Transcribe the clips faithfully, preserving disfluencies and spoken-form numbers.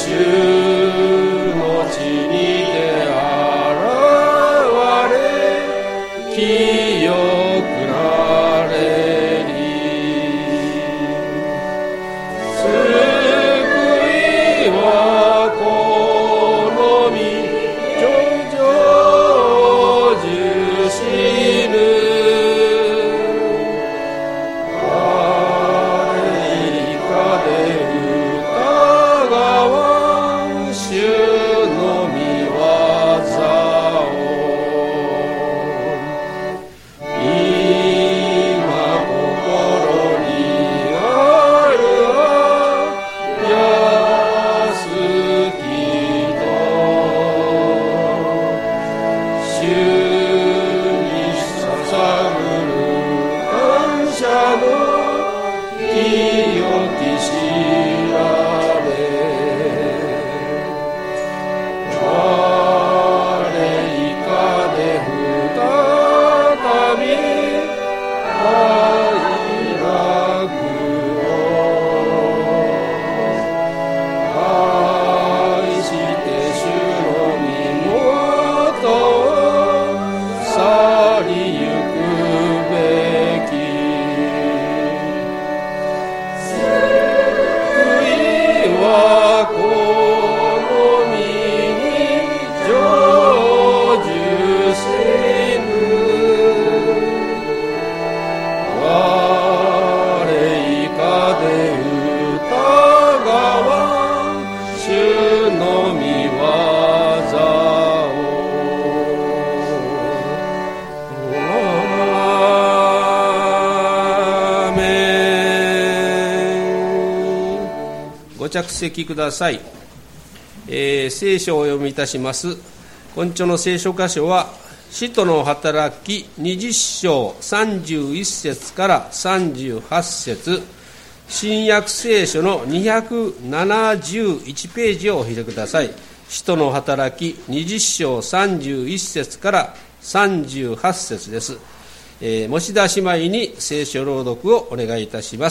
ご着席ください。えー、聖書をお読みいたします。今朝の聖書箇所は使徒の働きにじゅっ章さんじゅういっ節からさんじゅうはち節、新約聖書のにひゃくななじゅういちページをお開きください。使徒の働きにじゅっ章さんじゅういっ節からさんじゅうはち節です。えー、持田姉妹に聖書朗読をお願いいたします。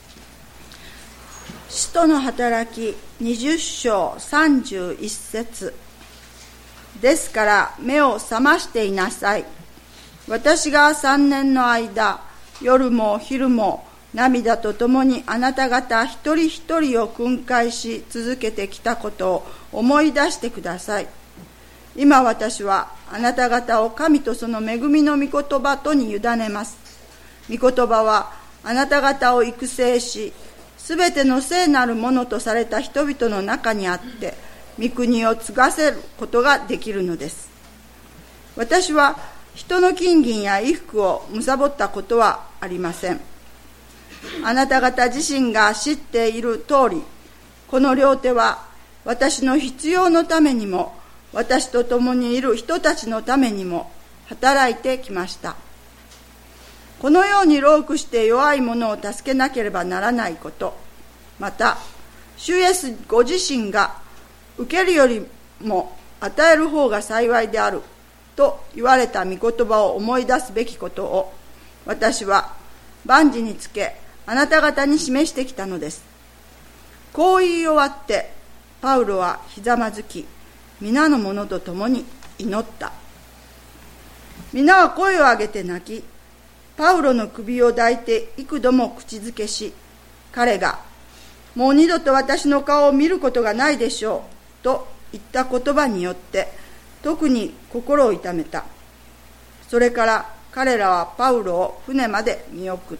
使徒の働きにじゅっ章さんじゅういっ節、ですから目を覚ましていなさい。私が三年の間、夜も昼も涙とともにあなた方一人一人を訓戒し続けてきたことを思い出してください。今私はあなた方を神とその恵みの御言葉とに委ねます。御言葉はあなた方を育成し、すべての聖なるものとされた人々の中にあって御国を継がせることができるのです。私は人の金銀や衣服を貪ったことはありません。あなた方自身が知っている通り、この両手は私の必要のためにも私と共にいる人たちのためにも働いてきました。このように労苦して弱い者を助けなければならないこと、また主イエスご自身が受けるよりも与える方が幸いであると言われた御言葉を思い出すべきことを、私は万事につけあなた方に示してきたのです。こう言い終わってパウロはひざまずき、皆の者と共に祈った。皆は声を上げて泣き、パウロの首を抱いて幾度も口づけし、彼がもう二度と私の顔を見ることがないでしょうと言った言葉によって特に心を痛めた。それから彼らはパウロを船まで見送った。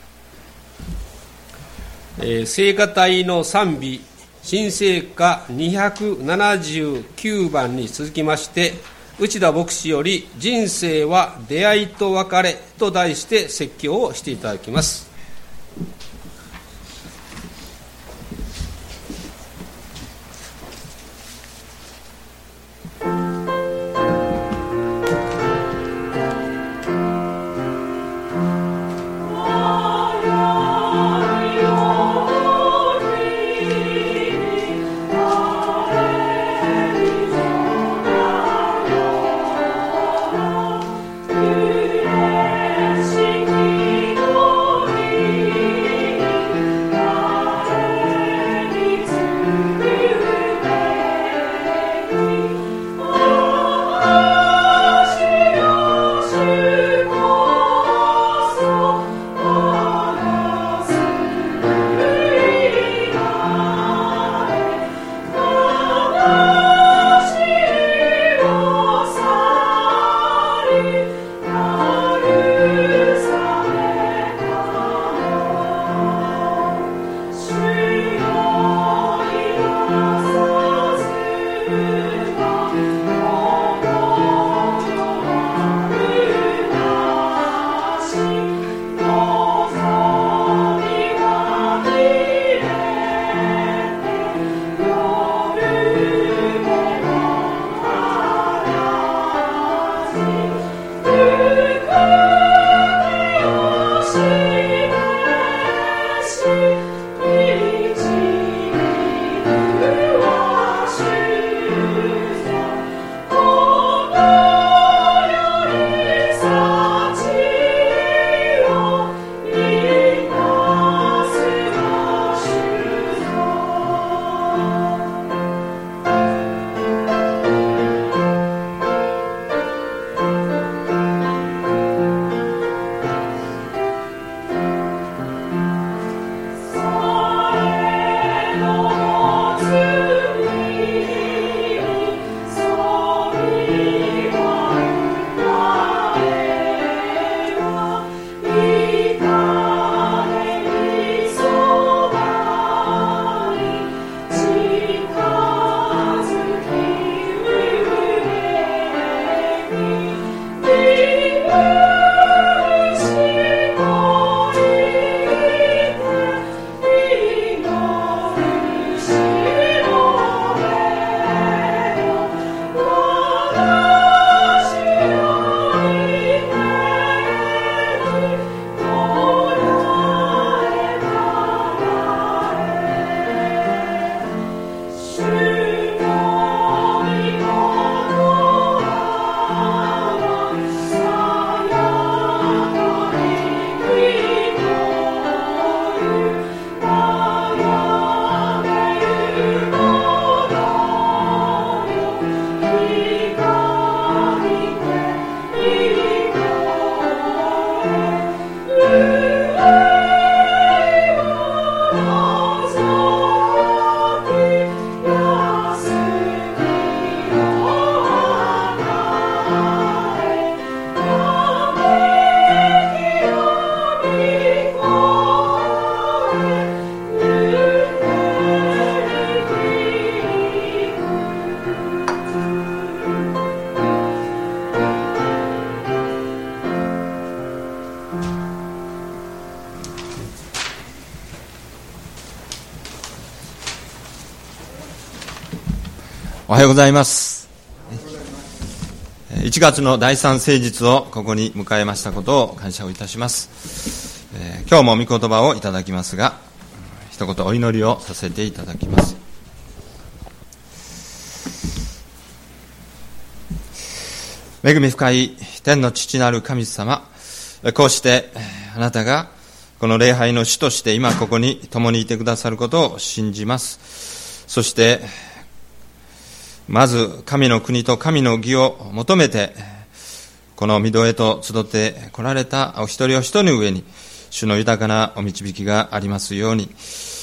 えー、聖歌隊の賛美新聖歌にひゃくななじゅうきゅうばんに続きまして、内田牧師より人生は出会いと別れと題して説教をしていただきます。 You おはようございます。いちがつのだいさん聖日をここに迎えましたことを感謝をいたします。えー、今日も御言葉をいただきますが、一言お祈りをさせていただきます。恵み深い天の父なる神様、こうしてあなたがこの礼拝の主として今ここに共にいてくださることを信じます。そしてまず神の国と神の義を求めてこの御堂へと集って来られたお一人お一人の上に主の豊かなお導きがありますように、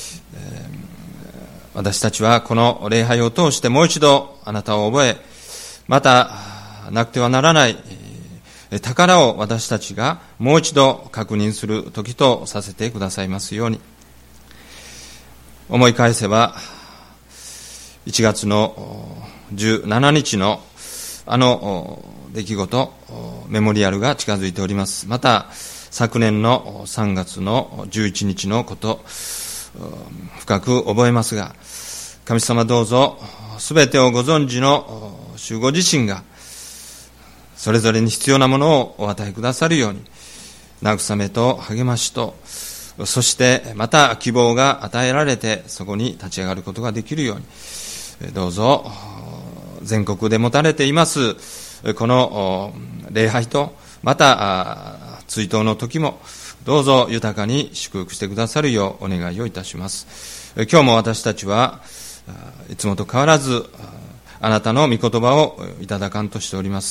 私たちはこの礼拝を通してもう一度あなたを覚え、またなくてはならない宝を私たちがもう一度確認する時とさせてくださいますように。思い返せばいちがつのじゅうしちにちのあの出来事、メモリアルが近づいております。また昨年のさんがつのじゅういちにちのこと深く覚えますが、神様どうぞすべてをご存知の主ご自身がそれぞれに必要なものをお与えくださるように、慰めと励ましと、そしてまた希望が与えられてそこに立ち上がることができるように、どうぞ全国で持たれていますこの礼拝と、また追悼の時もどうぞ豊かに祝福してくださるようお願いをいたします。今日も私たちはいつもと変わらずあなたの御言葉をいただかんとしております。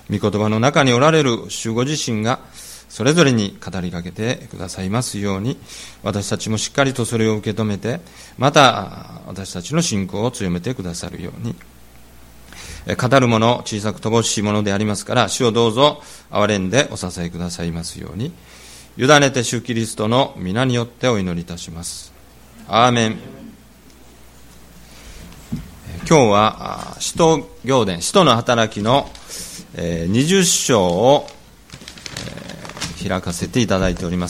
御言葉の中におられる主ご自身がそれぞれに語りかけてくださいますように、私たちもしっかりとそれを受け止めて、また私たちの信仰を強めてくださるように。語るもの小さく乏しいものでありますから、主をどうぞ憐れんでお支えくださいますように、委ねて主キリストの皆によってお祈りいたします。アーメン。今日は使徒行伝、使徒の働きのにじゅっ章を開かせていただいております。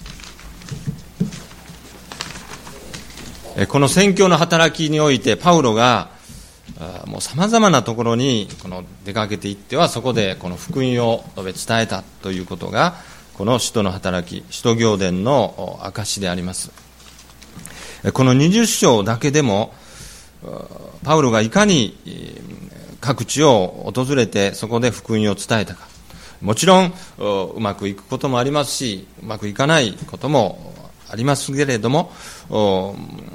この宣教の働きにおいてパウロがもう様々なところにこの出かけていっては、そこでこの福音を述べ伝えたということがこの使徒の働き、使徒行伝の証であります。このにじゅっ章だけでもパウロがいかに各地を訪れてそこで福音を伝えたか、もちろんうまくいくこともありますし、うまくいかないこともありますけれども、こ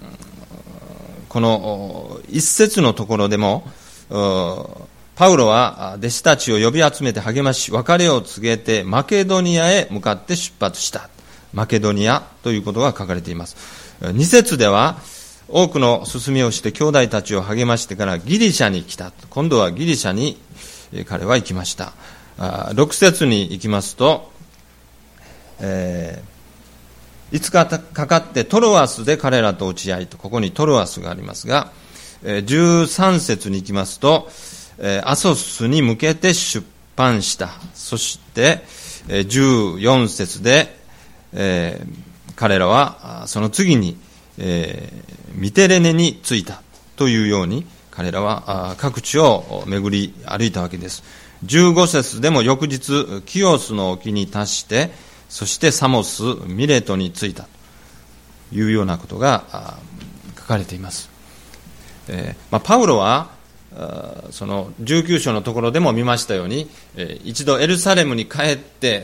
の一節のところでもパウロは弟子たちを呼び集めて励まし、別れを告げてマケドニアへ向かって出発した。マケドニアということが書かれています。二節では多くの進みをして兄弟たちを励ましてからギリシャに来た。今度はギリシャに彼は行きました。六節に行きますと、えー、いつかかかってトロアスで彼らと落ち合いと、ここにトロアスがありますが、じゅうさん節に行きますと、アソスに向けて出版した。そしてじゅうよん節で、えー、彼らはその次に、えー、ミテレネに着いたというように、彼らは各地を巡り歩いたわけです。じゅうご節でも翌日キオスの沖に達して、そしてサモス、ミレトに着いたというようなことが書かれています。えーまあ、パウロはそのじゅうきゅう章のところでも見ましたように、えー、一度エルサレムに帰って、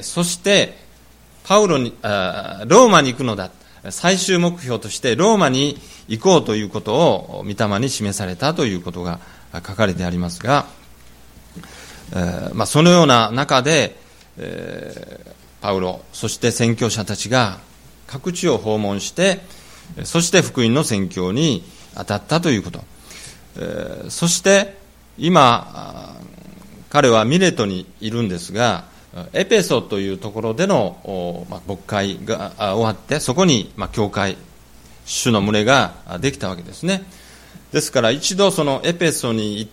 そしてパウロにあローマに行くのだ、最終目標としてローマに行こうということを御霊に示されたということが書かれてありますが、えーまあ、そのような中で、えー、パウロ、そして宣教者たちが各地を訪問して、そして福音の宣教に当たったということ、えー、そして今彼はミレトにいるんですが、エペソというところでの、まあ、牧会が終わって、そこに、まあ、教会、主の群れができたわけですね。ですから一度そのエペソに行って、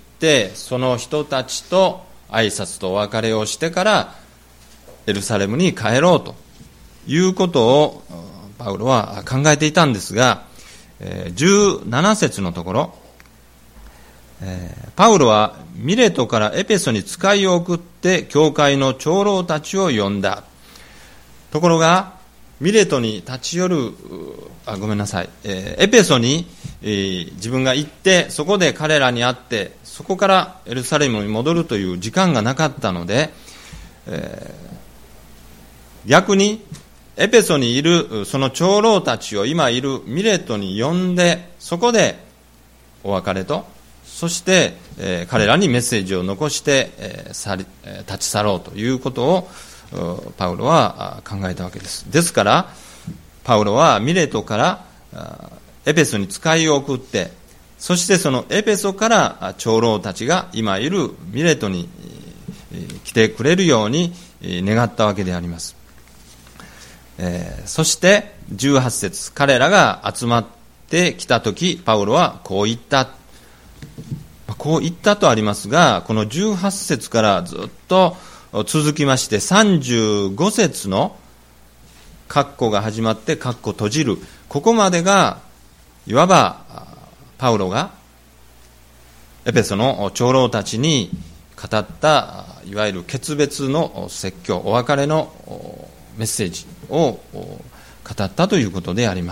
その人たちと挨拶とお別れをしてからエルサレムに帰ろうということをパウロは考えていたんですが、じゅうなな節のところ、 えー、パウロはミレトからエペソに使いを送って教会の長老たちを呼んだ。ところがミレトに立ち寄るあごめんなさい、えー、エペソに、えー、自分が行ってそこで彼らに会ってそこからエルサレムに戻るという時間がなかったので、えー、逆にエペソにいるその長老たちを今いるミレトに呼んでそこでお別れとそして、えー、彼らにメッセージを残して、えー、去り立ち去ろうということをパウロは考えたわけです。ですからパウロはミレトからエペソに使いを送ってそしてそのエペソから長老たちが今いるミレトに来てくれるように願ったわけであります。えー、そしてじゅうはち節、彼らが集まってきたときパウロはこう言った。こう言ったとありますが、このじゅうはち節からずっと続きましてさんじゅうご節の括弧が始まって括弧閉じる、ここまでがいわばパウロがエペソの長老たちに語ったいわゆる決別の説教、お別れのメッセージを語ったということであります。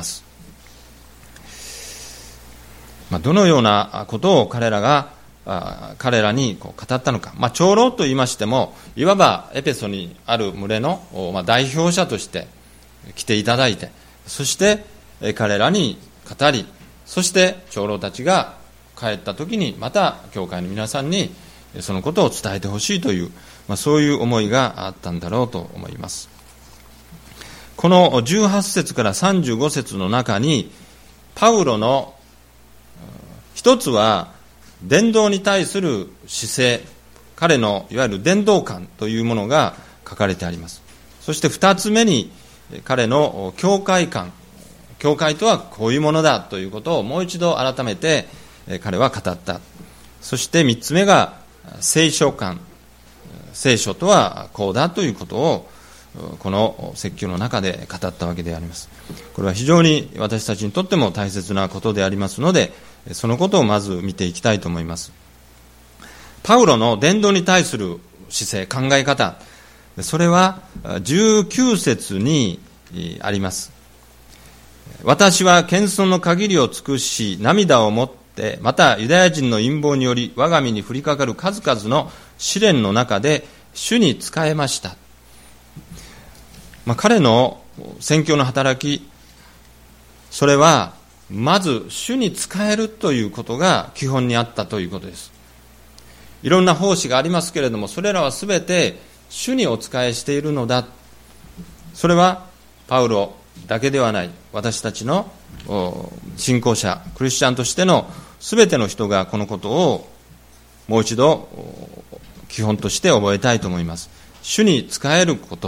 まあ、どのようなことを彼らが彼らにこう語ったのか、まあ、長老と言いましてもいわばエペソにある群れの、まあ、代表者として来ていただいてそして彼らに語りそして長老たちが帰った時にまた教会の皆さんにそのことを伝えてほしいという、まあ、そういう思いがあったんだろうと思います。このじゅうはち節からさんじゅうご節の中にパウロの一つは伝道に対する姿勢、彼のいわゆる伝道観というものが書かれてあります。そして二つ目に彼の教会観、教会とはこういうものだということをもう一度改めて彼は語った。そして三つ目が聖書観、聖書とはこうだということをこの説教の中で語ったわけであります。これは非常に私たちにとっても大切なことでありますので、そのことをまず見ていきたいと思います。パウロの伝道に対する姿勢、考え方、それはじゅうきゅう節にあります。私は謙遜の限りを尽くし、涙をもって、またユダヤ人の陰謀により我が身に降りかかる数々の試練の中で主に仕えました。まあ、彼の宣教の働き、それはまず主に仕えるということが基本にあったということです。いろんな奉仕がありますけれども、それらはすべて主にお仕えしているのだ。それはパウロだけではない、私たちの信仰者、クリスチャンとしてのすべての人がこのことをもう一度基本として覚えたいと思います。主に仕えること、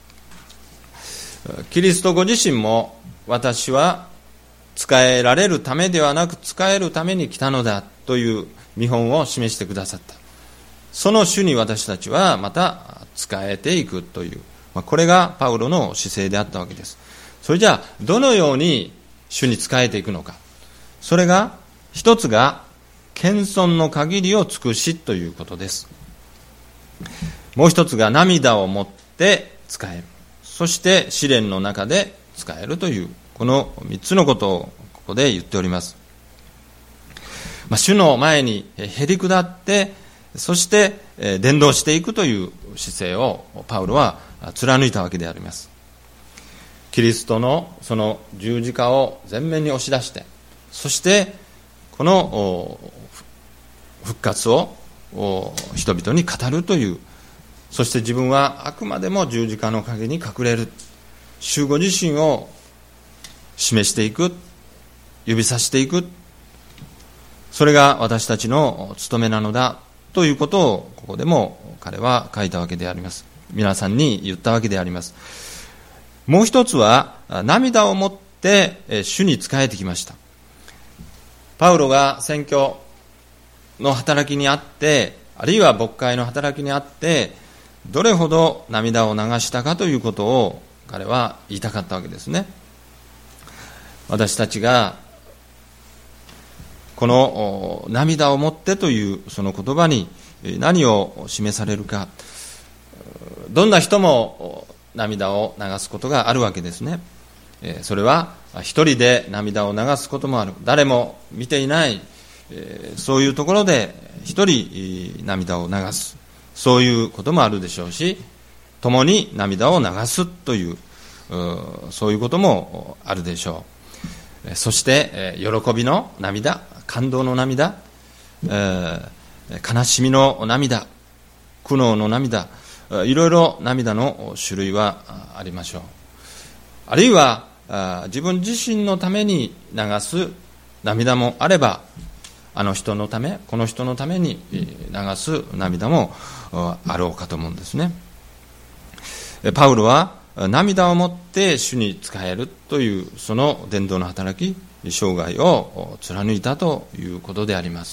キリストご自身も私は仕えられるためではなく仕えるために来たのだという見本を示してくださった。その主に私たちはまた仕えていくという、これがパウロの姿勢であったわけです。それじゃあどのように主に仕えていくのか。それが一つが謙遜の限りを尽くしということです。もう一つが涙をもって仕える。そして試練の中で仕えるという、この三つのことをここで言っております。まあ、主の前にへり下って、そして伝道していくという姿勢をパウロは貫いたわけであります。キリストのその十字架を前面に押し出して、そしてこの復活を人々に語るという、そして自分はあくまでも十字架の陰に隠れる、主ご自身を示していく、指さしていく、それが私たちの務めなのだということをここでも彼は書いたわけであります。皆さんに言ったわけであります。もう一つは涙をもって主に仕えてきました。パウロが宣教の働きにあって、あるいは牧会の働きにあってどれほど涙を流したかということを彼は言いたかったわけですね。私たちがこの涙をもってというその言葉に何を示されるか。どんな人も涙を流すことがあるわけですね。それは一人で涙を流すこともある。誰も見ていないそういうところで一人涙を流す、そういうこともあるでしょうし、共に涙を流すというそういうこともあるでしょう。そして喜びの涙、感動の涙、悲しみの涙、苦悩の涙、いろいろ涙の種類はありましょう。あるいは自分自身のために流す涙もあれば、あの人のため、この人のために流す涙もあろうかと思うんですね。パウロは涙をもって主に仕えるというその伝道の働き、生涯を貫いたということであります。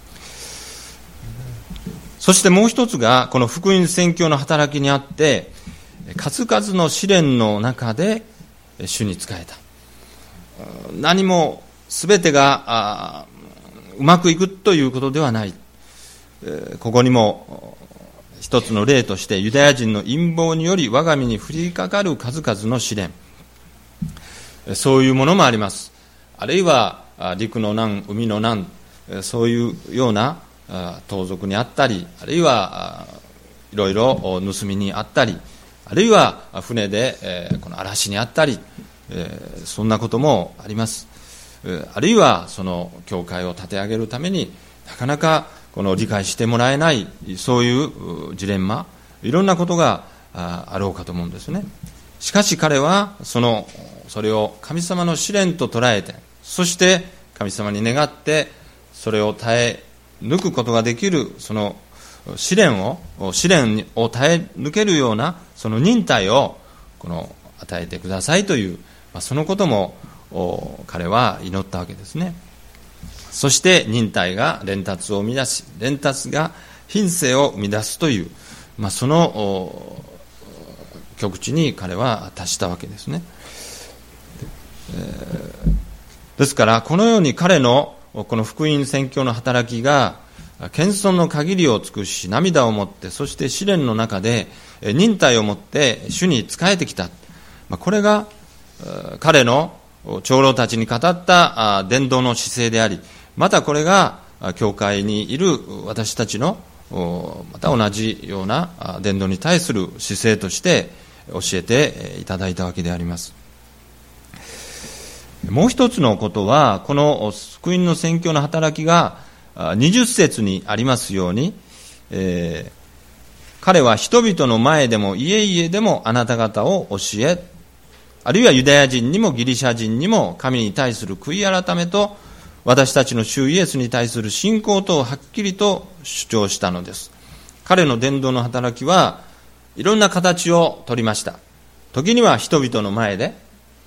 そしてもう一つが、この福音宣教の働きにあって、数々の試練の中で主に仕えた。何も全てがうまくいくということではない。ここにも一つの例として、ユダヤ人の陰謀により我が身に降りかかる数々の試練、そういうものもあります。あるいは陸の難、海の難、そういうような盗賊にあったり、あるいはいろいろ盗みにあったり、あるいは船でこの嵐にあったり、そんなこともあります。あるいはその教会を立て上げるためになかなかこの理解してもらえない、そういうジレンマ、いろんなことがあろうかと思うんですね。しかし彼はそのそれを神様の試練と捉えて、そして神様に願ってそれを耐え抜くことができる、その試練を試練を耐え抜けるようなその忍耐をこの与えてくださいという、そのことも彼は祈ったわけですね。そして忍耐が連達を生み出し、連達が品性を生み出すという、まあ、その極地に彼は達したわけですね。ですからこのように彼のこの福音宣教の働きが謙遜の限りを尽くし、涙をもって、そして試練の中で忍耐をもって主に仕えてきた。これが彼の長老たちに語った伝道の姿勢であり、またこれが教会にいる私たちのまた同じような伝道に対する姿勢として教えていただいたわけであります。もう一つのことは、この福音の宣教の働きがにじゅっ節にありますように、えー、彼は人々の前でも家々でもあなた方を教え、あるいはユダヤ人にもギリシャ人にも神に対する悔い改めと私たちの主イエスに対する信仰とをはっきりと主張したのです。彼の伝道の働きはいろんな形を取りました。時には人々の前で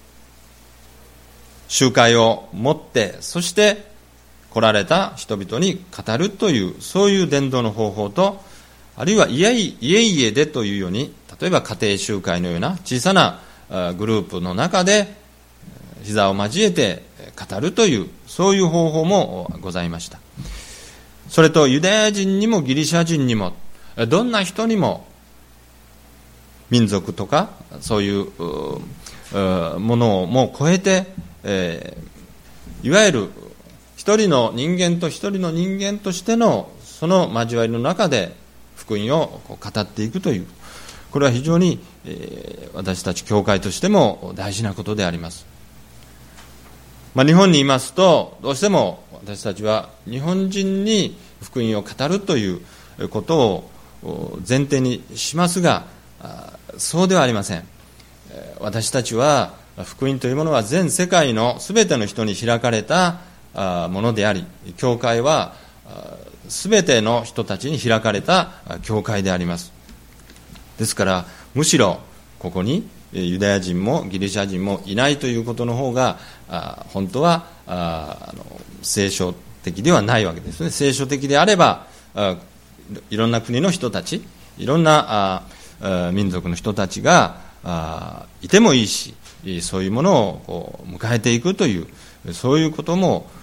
集会を持って、そして来られた人々に語るという、そういう伝道の方法と、あるいは家々でというように、例えば家庭集会のような小さなグループの中で膝を交えて語るという、そういう方法もございました。それとユダヤ人にもギリシャ人にも、どんな人にも、民族とかそういうものをもう超えて、えー、いわゆる一人の人間と一人の人間としてのその交わりの中で福音を語っていくという、これは非常に、えー、私たち教会としても大事なことであります。まあ、日本にいますとどうしても私たちは日本人に福音を語るということを前提にしますが、そうではありません。私たちは福音というものは全世界のすべての人に開かれたものであり、教会はすべての人たちに開かれた教会であります。ですからむしろここにユダヤ人もギリシャ人もいないということの方が本当はあの聖書的ではないわけですね。聖書的であればいろんな国の人たち、いろんな民族の人たちがいてもいいし、そういうものをこう迎えていくという、そういうことも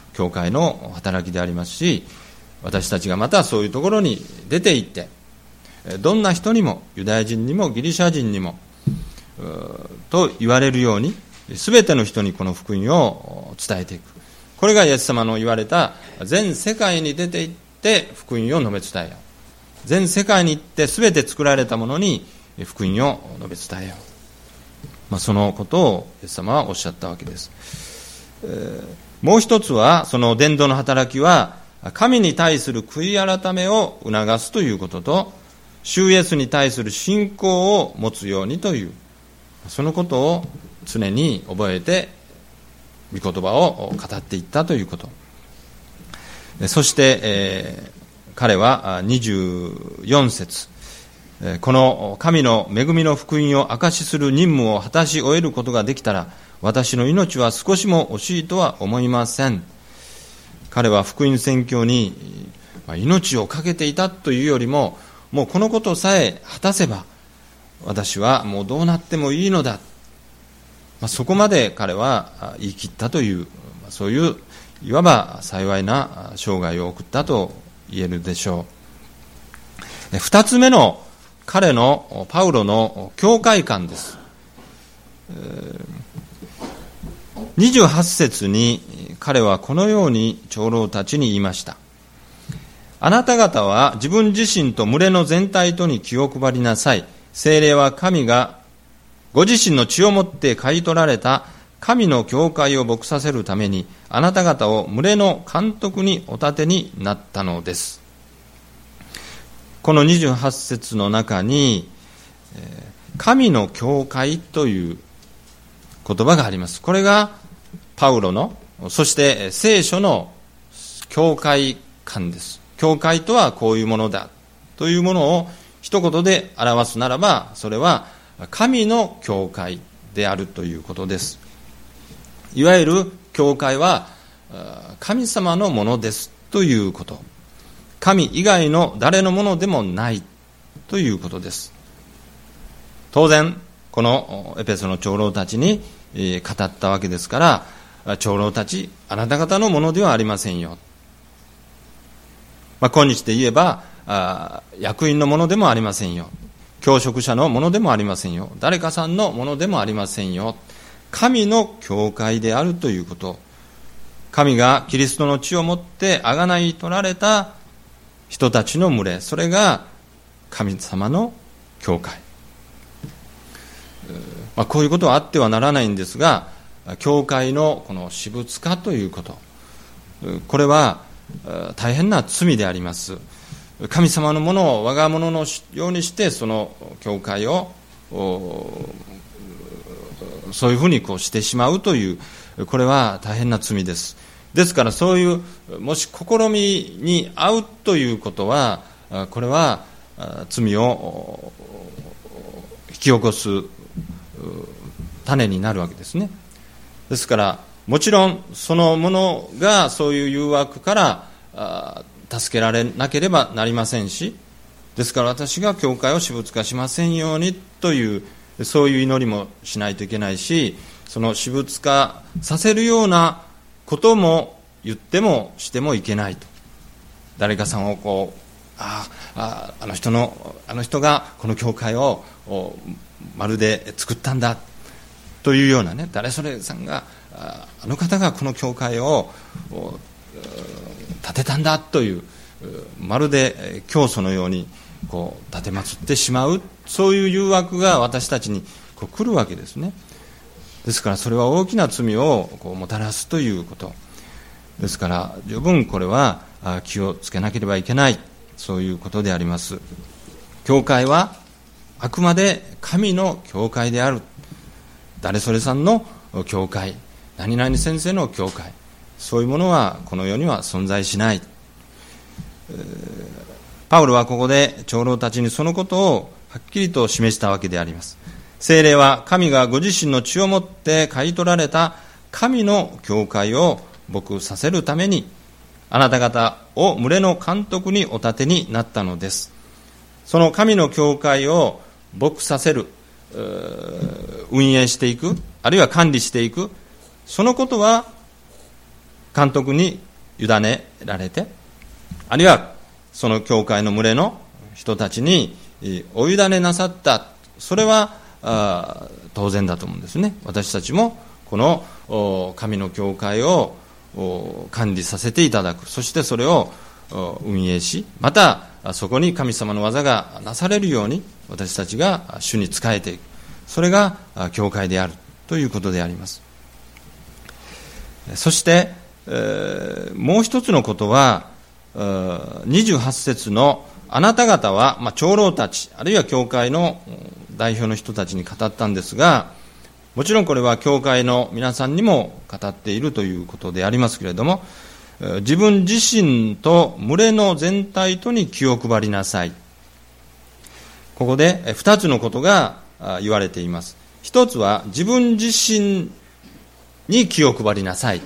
教会の働きでありますし、私たちがまたそういうところに出て行って、どんな人にも、ユダヤ人にもギリシャ人にもと言われるように、すべての人にこの福音を伝えていく。これがイエス様の言われた、全世界に出て行って福音を述べ伝えよう。全世界に行ってすべて作られたものに福音を述べ伝えよう。まあ、そのことをイエス様はおっしゃったわけです。えー、もう一つは、その伝道の働きは、神に対する悔い改めを促すということと、主イエスに対する信仰を持つようにという、そのことを常に覚えて、御言葉を語っていったということ。そして、えー、彼はにじゅうよん節、この神の恵みの福音を証しする任務を果たし終えることができたら、私の命は少しも惜しいとは思いません。彼は福音宣教に命を懸けていたというよりも、もうこのことさえ果たせば、私はもうどうなってもいいのだ。まあ、そこまで彼は言い切ったという、そういういわば幸いな生涯を送ったと言えるでしょう。二つ目の彼のパウロの教会観です。にじゅうはち節に彼はこのように長老たちに言いました。あなた方は自分自身と群れの全体とに気を配りなさい。聖霊は神がご自身の血をもって買い取られた神の教会を牧させるために、あなた方を群れの監督にお立てになったのです。このにじゅうはち節の中に、神の教会という言葉があります。これがパウロの、そして聖書の教会観です。教会とはこういうものだというものを一言で表すならば、それは神の教会であるということです。いわゆる教会は神様のものですということ。神以外の誰のものでもないということです。当然、このエペソの長老たちに語ったわけですから、長老たち、あなた方のものではありませんよ。まあ、今日で言えば、あ役員のものでもありませんよ。教職者のものでもありませんよ。誰かさんのものでもありませんよ。神の教会であるということ。神がキリストの血をもって贖い取られた人たちの群れ、それが神様の教会。まあ、こういうことはあってはならないんですが、教会のこの私物化ということ、これは大変な罪であります。神様のものを我が物のようにして、その教会をそういうふうにこうしてしまうという、これは大変な罪です。ですから、そういうもし試みに遭うということは、これは罪を引き起こす種になるわけですね。ですからもちろんそのものがそういう誘惑から助けられなければなりませんし、ですから私が教会を私物化しませんようにというそういう祈りもしないといけないし、その私物化させるようなことも言ってもしてもいけないと。誰かさんをこうあああの人のあの人がこの教会をまるで作ったんだというようなね、誰それさんがあの方がこの教会を建てたんだというまるで教祖のようにこう立てまつってしまう、そういう誘惑が私たちにこう来るわけですね。ですからそれは大きな罪をこうもたらすということですから、十分これは気をつけなければいけない、そういうことであります。教会はあくまで神の教会である。誰それさんの教会、何々先生の教会、そういうものはこの世には存在しない。パウロはここで長老たちにそのことをはっきりと示したわけであります。聖霊は神がご自身の血をもって買い取られた神の教会を牧させるために、あなた方を群れの監督にお立てになったのです。その神の教会を牧させる、運営していく、あるいは管理していく、そのことは監督に委ねられて、あるいはその教会の群れの人たちにお委ねなさった、それは当然だと思うんですね。私たちもこの神の教会を管理させていただく、そしてそれを運営し、またそこに神様の技がなされるように私たちが主に仕えていく、それが教会であるということであります。そして、えー、もう一つのことはにじゅうはち節のあなた方は、まあ、長老たちあるいは教会の代表の人たちに語ったんですが、もちろんこれは教会の皆さんにも語っているということでありますけれども、自分自身と群れの全体とに気を配りなさい。ここで二つのことが言われています。一つは自分自身に気を配りなさい。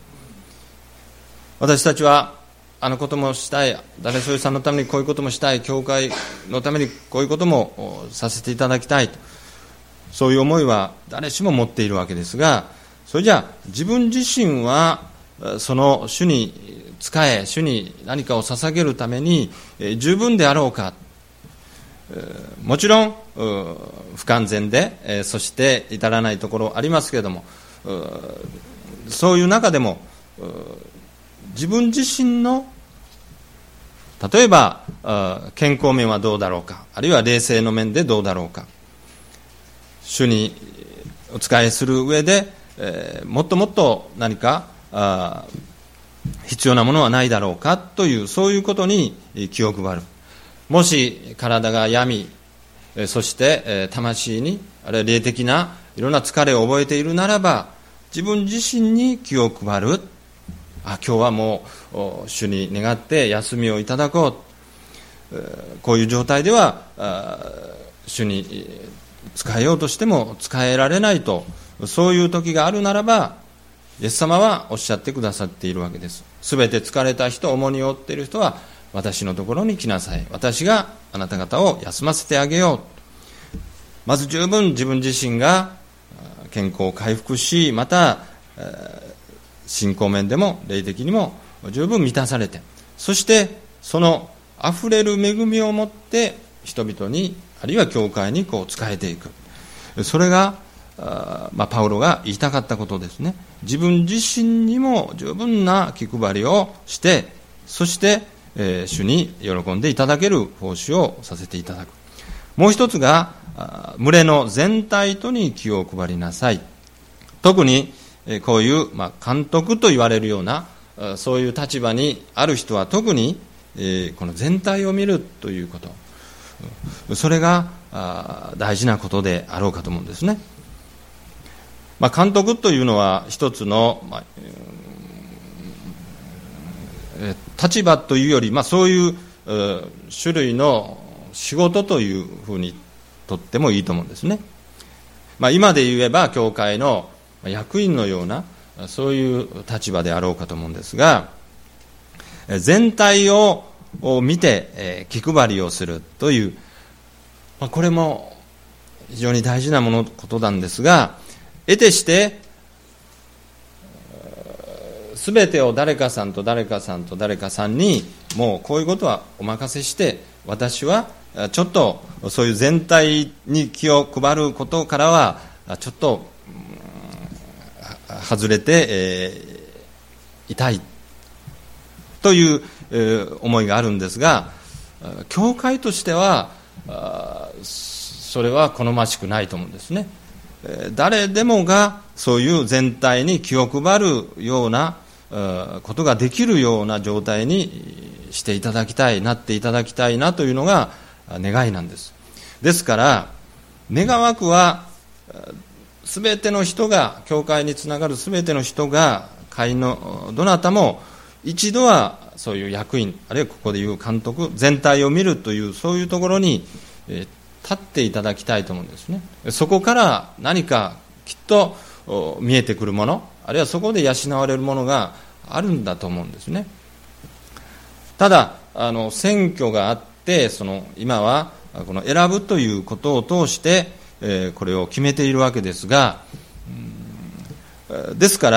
私たちはあのこともしたい、誰それさんのためにこういうこともしたい、教会のためにこういうこともさせていただきたいと、そういう思いは誰しも持っているわけですが、それじゃあ自分自身はその主に仕え、主に何かを捧げるために十分であろうか。もちろん不完全で、そして至らないところありますけれども、そういう中でも自分自身の例えば健康面はどうだろうか、あるいは霊性の面でどうだろうか、主にお仕えする上で、えー、もっともっと何かあ必要なものはないだろうかという、そういうことに気を配る。もし体が病み、そして、えー、魂にあるいは霊的ないろんな疲れを覚えているならば、自分自身に気を配る。あ、今日はもう主に願って休みをいただこう、えー、こういう状態では主に使えようとしても使えられないと、そういう時があるならば、イエス様はおっしゃってくださっているわけです。すべて疲れた人、重荷を負っている人は私のところに来なさい。私があなた方を休ませてあげよう。まず十分自分自身が健康を回復し、また信仰面でも霊的にも十分満たされて、そしてそのあふれる恵みを持って人々に、あるいは教会にこう仕えていく。それがあ、まあ、パウロが言いたかったことですね。自分自身にも十分な気配りをして、そして、えー、主に喜んでいただける奉仕をさせていただく。もう一つが群れの全体とに気を配りなさい。特に、えー、こういう、まあ、監督と言われるようなそういう立場にある人は特に、えー、この全体を見るということ、それが大事なことであろうかと思うんですね。まあ、監督というのは一つの、まあ、立場というより、まあ、そういう種類の仕事というふうにとってもいいと思うんですね。まあ、今で言えば教会の役員のようなそういう立場であろうかと思うんですが、全体をを見て、えー、気配りをするという、まあ、これも非常に大事なものことなんですが、得てしてすべてを誰かさんと誰かさんと誰かさんにもうこういうことはお任せして、私はちょっとそういう全体に気を配ることからはちょっと外れて、えー、いたいという思いがあるんですが、教会としてはそれは好ましくないと思うんですね。誰でもがそういう全体に気を配るようなことができるような状態にしていただきたい、なっていただきたいなというのが願いなんです。ですから願わくはすべての人が、教会につながるすべての人が、会員のどなたも一度はそういう役員、あるいはここでいう監督、全体を見るというそういうところに立っていただきたいと思うんですね。そこから何かきっと見えてくるもの、あるいはそこで養われるものがあるんだと思うんですね。ただあの選挙があって、その今はこの選ぶということを通して、えー、これを決めているわけですが、ですから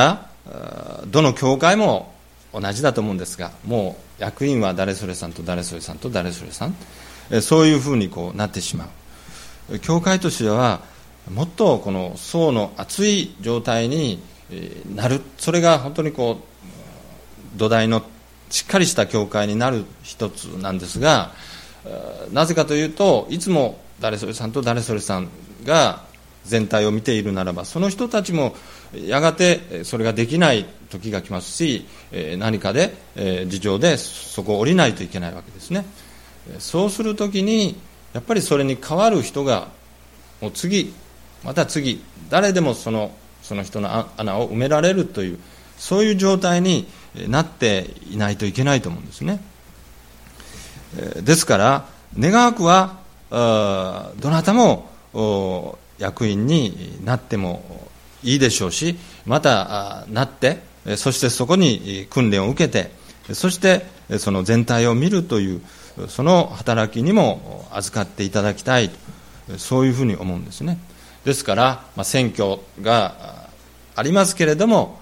どの教会も同じだと思うんですが、もう役員は誰それさんと誰それさんと誰それさん、そういうふうにこうなってしまう。教会としてはもっとこの層の厚い状態になる、それが本当にこう土台のしっかりした教会になる一つなんですが、なぜかというと、いつも誰それさんと誰それさんが全体を見ているならば、その人たちもやがてそれができない時が来ますし、何かで事情でそこを降りないといけないわけですね。そうするときにやっぱりそれに代わる人がもう次また次、誰でもそのその人の穴を埋められるという、そういう状態になっていないといけないと思うんですね。ですから願わくはどなたも役員になってもいいでしょうし、またなって、そしてそこに訓練を受けて、そしてその全体を見るというその働きにも預かっていただきたい、そういうふうに思うんですね。ですから、まあ、選挙がありますけれども、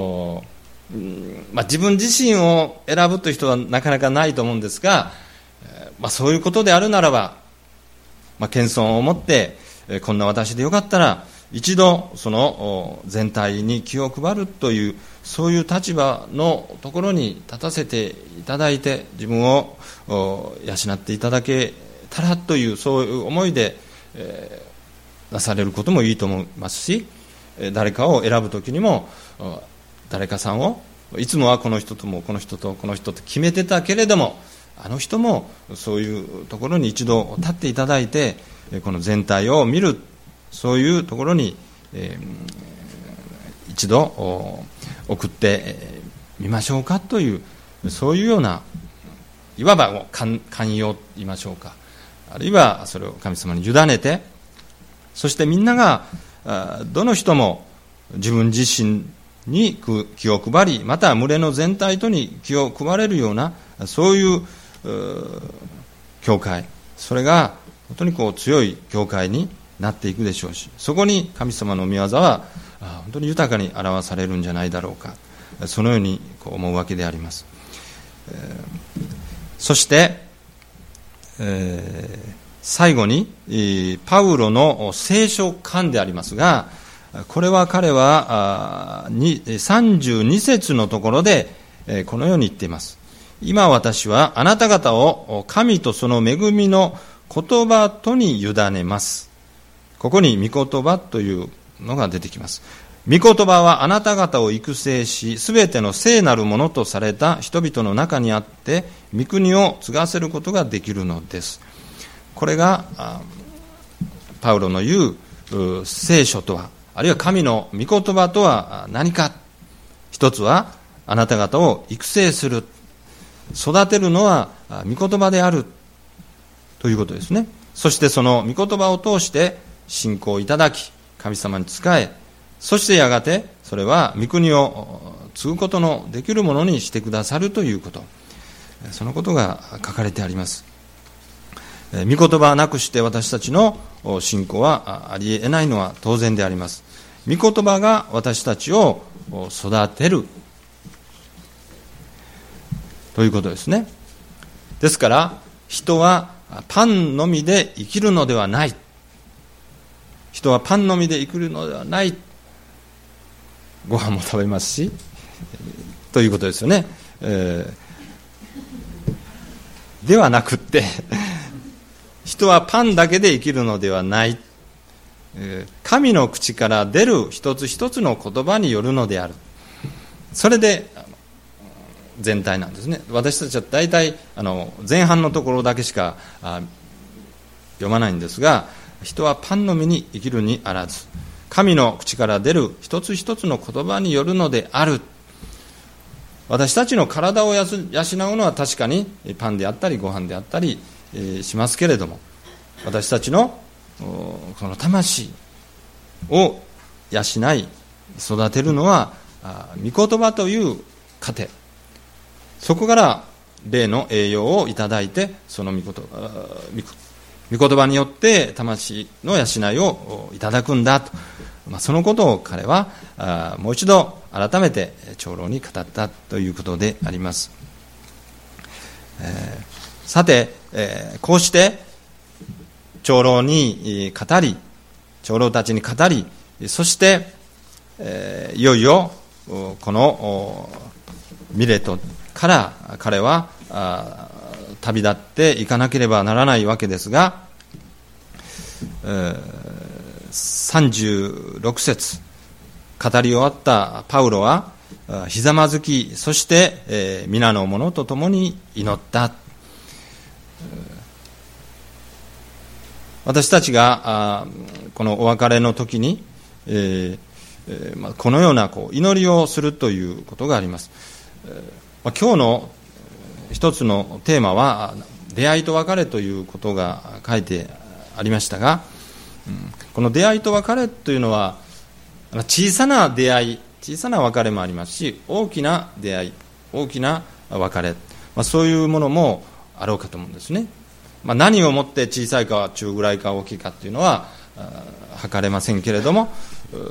まあ、自分自身を選ぶという人はなかなかないと思うんですが、まあ、そういうことであるならば、まあ、謙遜を持ってこんな私でよかったら一度その全体に気を配るという、そういう立場のところに立たせていただいて、自分を養っていただけたらという、そういう思いで、えー、なされることもいいと思いますし、誰かを選ぶときにも誰かさんをいつもはこの人ともこの人とこの人と決めてたけれども、あの人もそういうところに一度立っていただいて、この全体を見る、そういうところに、えー、一度送ってみましょうかという、そういうような、いわば寛容と言いましょうか、あるいはそれを神様に委ねて、そしてみんながどの人も自分自身に気を配り、また群れの全体とに気を配れるような、そういう教会、それが本当にこう強い教会になっていくでしょうし、そこに神様の御業は本当に豊かに表されるんじゃないだろうか、そのようにこう思うわけであります。えー、そして、えー、最後にパウロの聖書観でありますが、これは彼はさんじゅうに節のところでこのように言っています。今私はあなた方を神とその恵みの言葉とに委ねます。ここに御言葉というのが出てきます。御言葉はあなた方を育成し、すべての聖なるものとされた人々の中にあって御国を継がせることができるのです。これがパウロの言う聖書とは、あるいは神の御言葉とは何か。一つはあなた方を育成する、育てるのは御言葉であるということですね。そしてその御言葉を通して信仰いただき、神様に仕え、そしてやがてそれは御国を継ぐことのできるものにしてくださるということ、そのことが書かれてあります。御言葉なくして私たちの信仰はありえないのは当然であります。御言葉が私たちを育てるということですね。ですから人はパンのみで生きるのではない。人はパンのみで生きるのではない。ご飯も食べますし、ということですよね。えー、ではなくって人はパンだけで生きるのではない。えー、神の口から出る一つ一つの言葉によるのである。それで全体なんですね。私たちは大体あの前半のところだけしか読まないんですが、人はパンのみに生きるにあらず、神の口から出る一つ一つの言葉によるのである。私たちの体を養うのは確かにパンであったりご飯であったりしますけれども、私たちのこの魂を養い育てるのは御言葉という糧、そこから霊の栄養をいただいて、その御言葉、御言葉によって魂の養いをいただくんだと、 まあ、そのことを彼はあもう一度改めて長老に語ったということであります。えー、さて、えー、こうして長老に語り、長老たちに語り、そして、えー、いよいよこのミレトから彼は旅立っていかなければならないわけですが、えー、さんじゅうろく節語り終わったパウロはひざまずき、そして、えー、皆の者と共に祈った。私たちがこのお別れの時に、えーえーまあ、このようなこう祈りをするということがあります。えーまあ、今日の一つのテーマは出会いと別れということが書いてありましたが、うん、この出会いと別れというのは小さな出会い、小さな別れもありますし、大きな出会い、大きな別れ、まあ、そういうものもあろうかと思うんですね。まあ、何をもって小さいか中ぐらいか大きいかというのは測れませんけれども、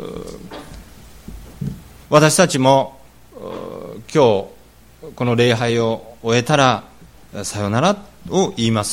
私たちも今日この礼拝を終えたらさよならを言います。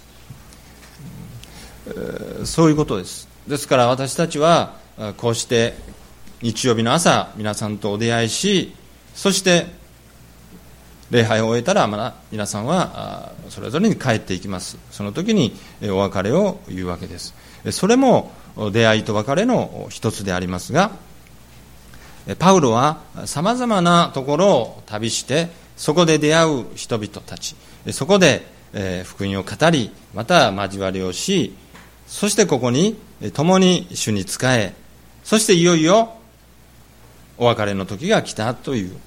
そういうことです。ですから私たちはこうして日曜日の朝皆さんとお出会いし、そして礼拝を終えたらまだ皆さんはそれぞれに帰っていきます。その時にお別れを言うわけです。それも出会いと別れの一つでありますが、パウロはさまざまなところを旅して、そこで出会う人々たち、そこで福音を語り、また交わりをし、そしてここに共に主に仕え、そしていよいよお別れの時が来たという、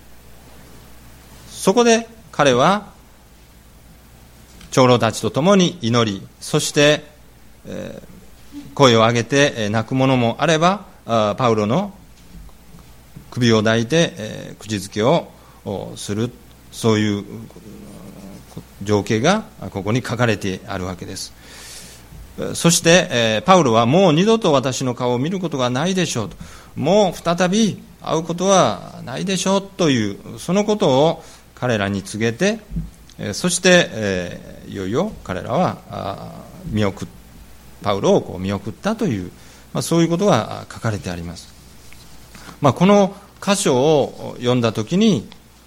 そこで彼は長老たちと共に祈り、そして声を上げて泣く者もあれば、パウロの首を抱いて口づけをする、そういう情景がここに書かれてあるわけです。そしてパウロはもう二度と私の顔を見ることがないでしょうと、もう再び会うことはないでしょうという、そのことを彼らに告げて、そしていよいよ彼らは見送っパウロをこう見送ったという、まあ、そういうことが書かれてあります。まあ、この箇所を読んだときに、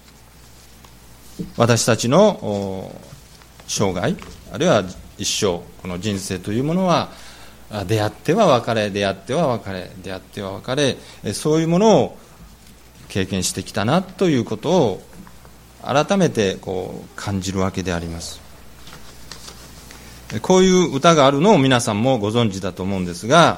私たちの生涯、あるいは一生、この人生というものは、出会っては別れ、出会っては別れ、出会っては別れ、そういうものを経験してきたなということを改めてこう感じるわけであります。こういう歌があるのを皆さんもご存知だと思うんですが、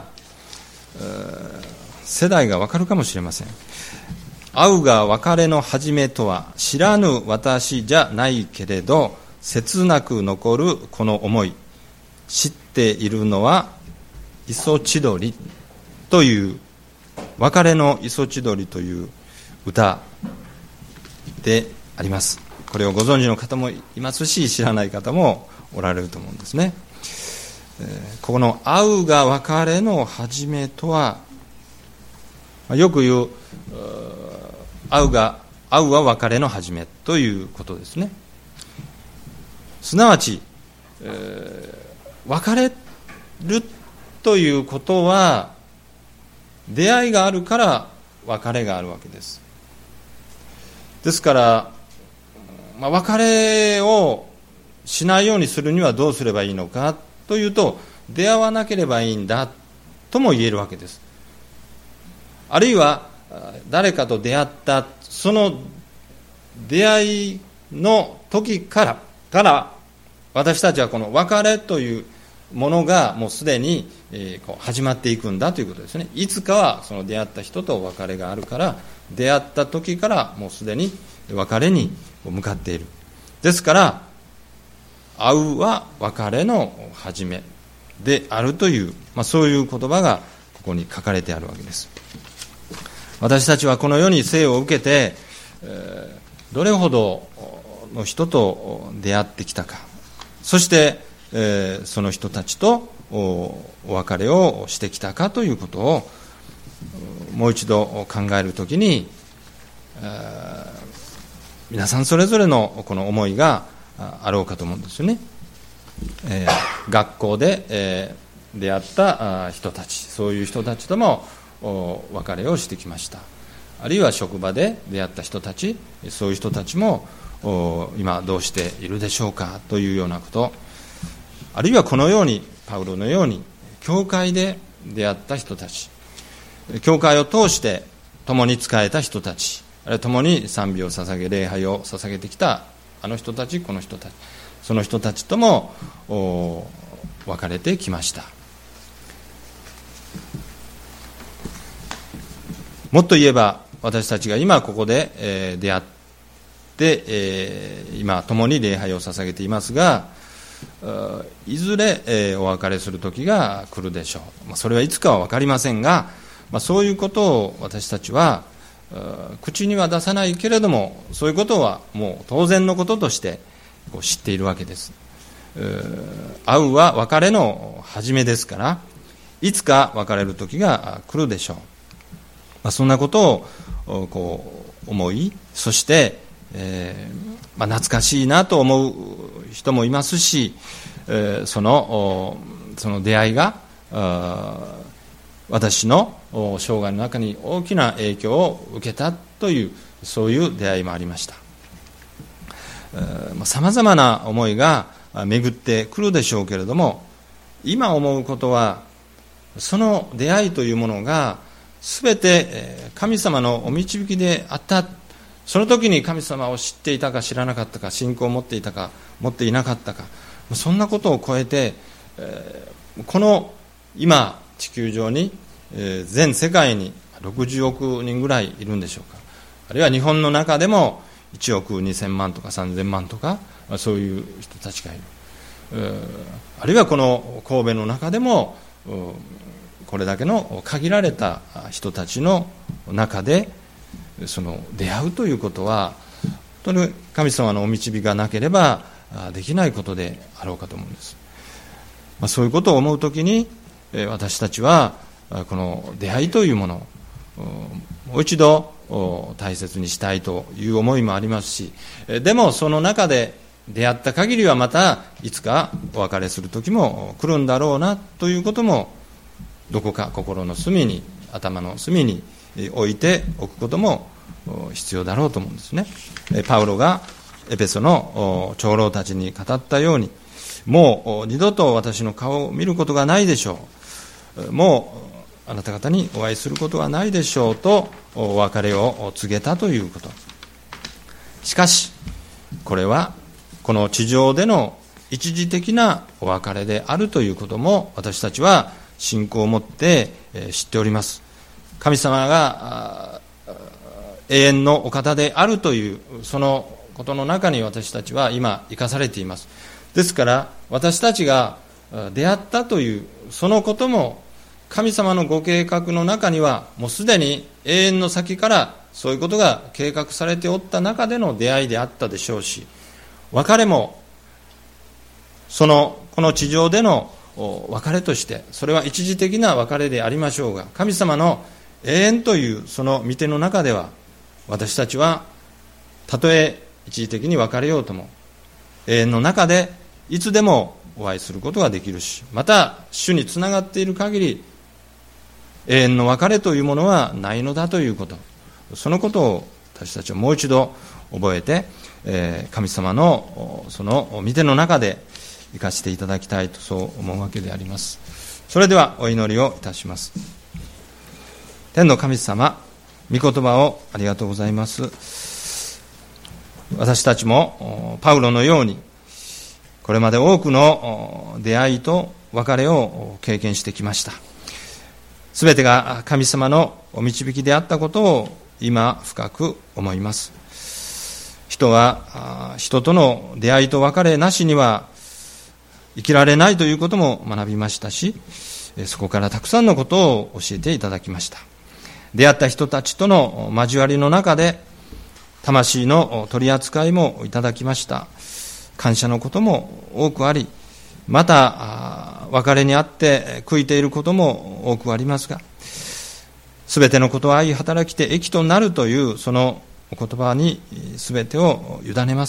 世代がわかるかもしれません。会うが別れの始めとは、知らぬ私じゃないけれど切なく残るこの思い、知っているのは磯千鳥という、別れの磯千鳥という歌であります。これをご存知の方もいますし、知らない方もおられると思うんですね。ここの会うが別れの始めとは、よく言う会うが会うは別れの始めということですね。すなわち、えー、別れるということは出会いがあるから別れがあるわけです。ですから、まあ、別れをしないようにするにはどうすればいいのかというと、出会わなければいいんだとも言えるわけです。あるいは誰かと出会ったその出会いの時からから私たちはこの別れというものがもうすでに、えー、こう始まっていくんだということですね。いつかはその出会った人と別れがあるから、出会った時からもうすでに別れに向かっている。ですから会うは別れの始めであるという、まあ、そういう言葉がここに書かれてあるわけです。私たちはこの世に生を受けて、えー、どれほどの人と出会ってきたか、そして、えー、その人たちと お, お別れをしてきたかということを、 もう一度考えるときに、皆さんそれぞれのこの思いがあろうかと思うんですよね。えー、学校で、えー、出会った人たち、そういう人たちとも別れをしてきました。あるいは職場で出会った人たち、そういう人たちも今どうしているでしょうかというようなこと、あるいはこのようにパウロのように教会で出会った人たち、教会を通して共に仕えた人たち、あるいは共に賛美を捧げ、礼拝を捧げてきたあの人たち、この人たち、その人たちとも別れてきました。もっと言えば、私たちが今ここで、えー、出会って、えー、今共に礼拝を捧げていますが、いずれ、えー、お別れする時が来るでしょう。まあ、それはいつかは分かりませんが、まあ、そういうことを私たちは口には出さないけれども、そういうことはもう当然のこととしてこう知っているわけです。会うは別れの始めですから、いつか別れる時が来るでしょう。まあ、そんなことをこう思い、そして、えーまあ、懐かしいなと思う人もいますし、えー、そのその出会いが私の生涯の中に大きな影響を受けたという、そういう出会いもありました。さまざまな思いが巡ってくるでしょうけれども、今思うことは、その出会いというものがすべて神様のお導きであった。その時に神様を知っていたか知らなかったか、信仰を持っていたか持っていなかったか、そんなことを超えて、この今地球上に全世界にろくじゅうおくにんぐらいいるんでしょうか。あるいは日本の中でもいちおくにせんまんとかさんぜんまんとか、そういう人たちがいる。あるいはこの神戸の中でもこれだけの限られた人たちの中でその出会うということは、本当に神様のお導きがなければできないことであろうかと思うんです。まあ、そういうことを思うときに、私たちはこの出会いというものをもう一度大切にしたいという思いもありますし、でもその中で出会った限りはまたいつかお別れする時も来るんだろうなということも、どこか心の隅に、頭の隅に置いておくことも必要だろうと思うんですね。パウロがエペソの長老たちに語ったように、もう二度と私の顔を見ることがないでしょう、もうあなた方にお会いすることはないでしょうとお別れを告げたということ。しかしこれはこの地上での一時的なお別れであるということも、私たちは信仰を持って知っております。神様が永遠のお方であるというそのことの中に私たちは今生かされています。ですから私たちが出会ったというそのことも、神様のご計画の中にはもうすでに永遠の先からそういうことが計画されておった中での出会いであったでしょうし、別れもそのこの地上での別れとして、それは一時的な別れでありましょうが、神様の永遠というその御手の中では、私たちはたとえ一時的に別れようとも永遠の中でいつでもお会いすることができるし、また主につながっている限り永遠の別れというものはないのだということ、そのことを私たちはもう一度覚えて、えー、神様のその御手の中で生かしていただきたいと、そう思うわけであります。それではお祈りをいたします。天の神様、御言葉をありがとうございます。私たちもパウロのようにこれまで多くの出会いと別れを経験してきました。すべてが神様のお導きであったことを今深く思います。人は人との出会いと別れなしには生きられないということも学びましたし、そこからたくさんのことを教えていただきました。出会った人たちとの交わりの中で魂の取り扱いもいただきました。感謝のことも多くあり、また別れにあって悔いていることも多くありますが、 すべてのことは愛働きて益となるというそのお言葉にすべてを委ねます。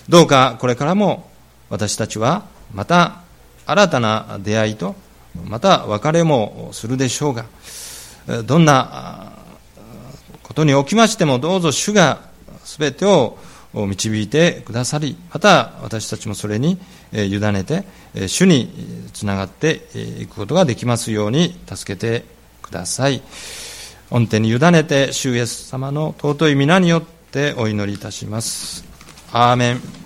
どうかこれからも私たちはまた新たな出会いとまた別れもするでしょうが、どんなことにおきましてもどうぞ主がすべてを導いてくださり、また私たちもそれに委ねて主につながっていくことができますように助けてください。御手に委ねて主イエス様の尊い皆によってお祈りいたします。アーメン。